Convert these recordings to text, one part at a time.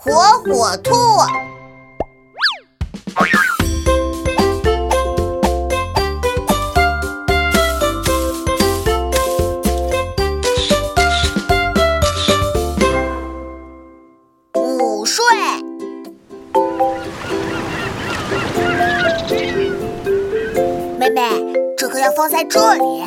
火火兔。午睡。妹妹，这个要放在这里。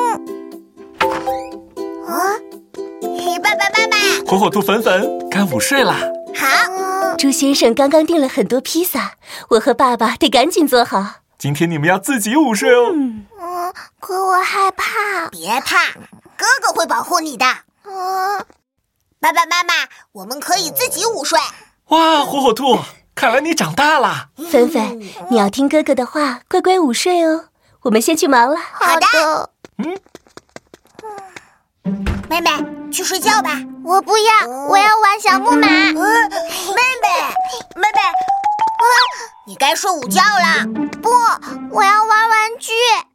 爸爸妈妈， 火火兔粉粉该午睡啦。 好。 猪先生刚刚订了很多披萨，我和爸爸得赶紧做好。 今天你们要自己午睡哦。 可我害怕。别怕，哥哥会保护你的。爸爸妈妈，我们可以自己午睡。 哇，火火兔，看来你长大了。 粉粉，你要听哥哥的话，乖乖午睡哦。我们先去忙了。 好的。妹妹，去睡觉吧。 我不要，我要玩小木马。妹妹，你该睡午觉了。 不，我要玩玩具。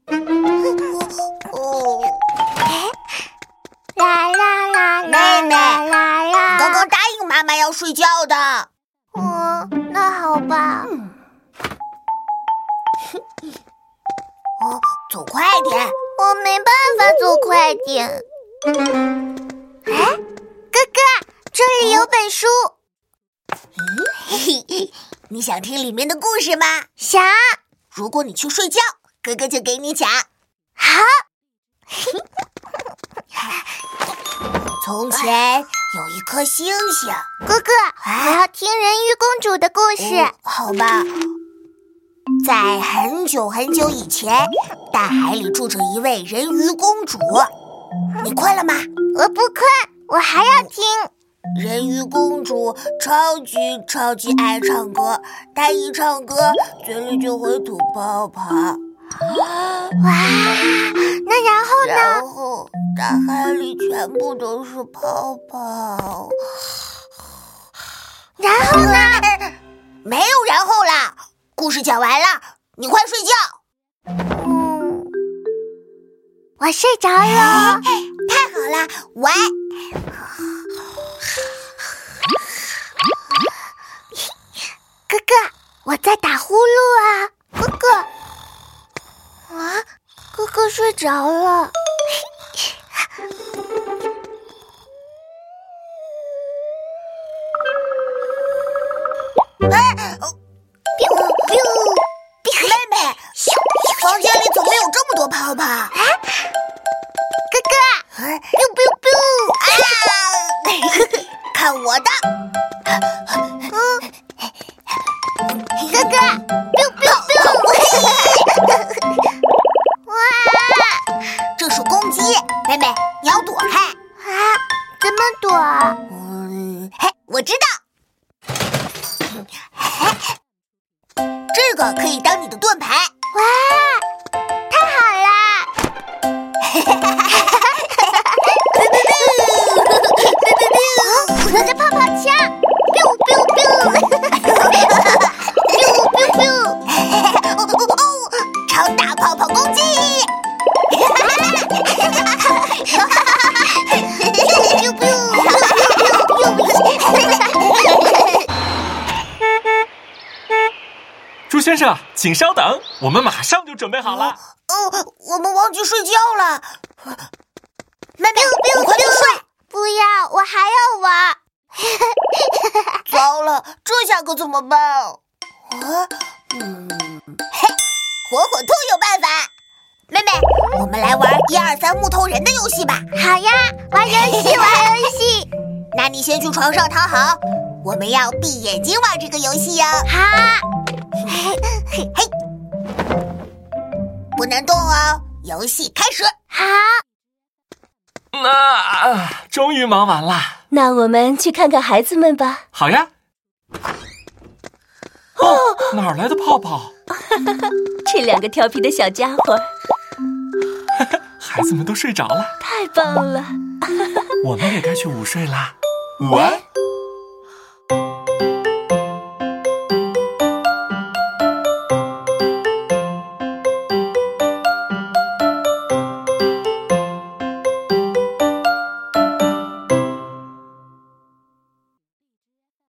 啦啦啦啦啦啦啦！ 刚刚答应妈妈要睡觉的。 那好吧。 走快点。 我没办法走快点。哥哥，这里有本书。 你想听里面的故事吗？ 想。 如果你去睡觉，哥哥就给你讲。 好。 从前有一颗星星。 哥哥，我要听人鱼公主的故事。 好吧。在很久很久以前，大海里住着一位人鱼公主。你困了吗？ 我不困，我还要听。 人鱼公主超级爱唱歌，她一唱歌，嘴里就会吐泡泡。 哇，那然后呢？ 然后大海里全部都是泡泡。 然后呢？ 没有然后啦，故事讲完了，你快睡觉。 我睡着了。 太好了，晚安。 哥哥，我在打呼噜啊。哥哥，哥哥睡着了。 妹妹，房间里怎么有这么多泡泡？ 哥哥看我的！ 哥哥哇， 这是公鸡，妹妹，你要躲开。 怎么躲？ 我知道。这个可以当你的盾牌。 哇，太好了！我的泡泡枪超大泡泡公鸡！ 猪先生，请稍等，我们马上就准备好了。 我们忘记睡觉了。妹妹，你快点睡。 不要，我还要玩。 糟了，这下可怎么办？火火兔有办法。妹妹，我们来玩1、2、3木头人的游戏吧。 好呀，玩游戏。 那你先去床上躺好，我们要闭眼睛玩这个游戏哟。 好。 不能动哦，游戏开始。 好。 终于忙完了。 那我们去看看孩子们吧。 好呀。哪儿来的泡泡？ 这2个调皮的小家伙。 孩子们都睡着了。 太棒了。 我们也该去午睡啦。晚安。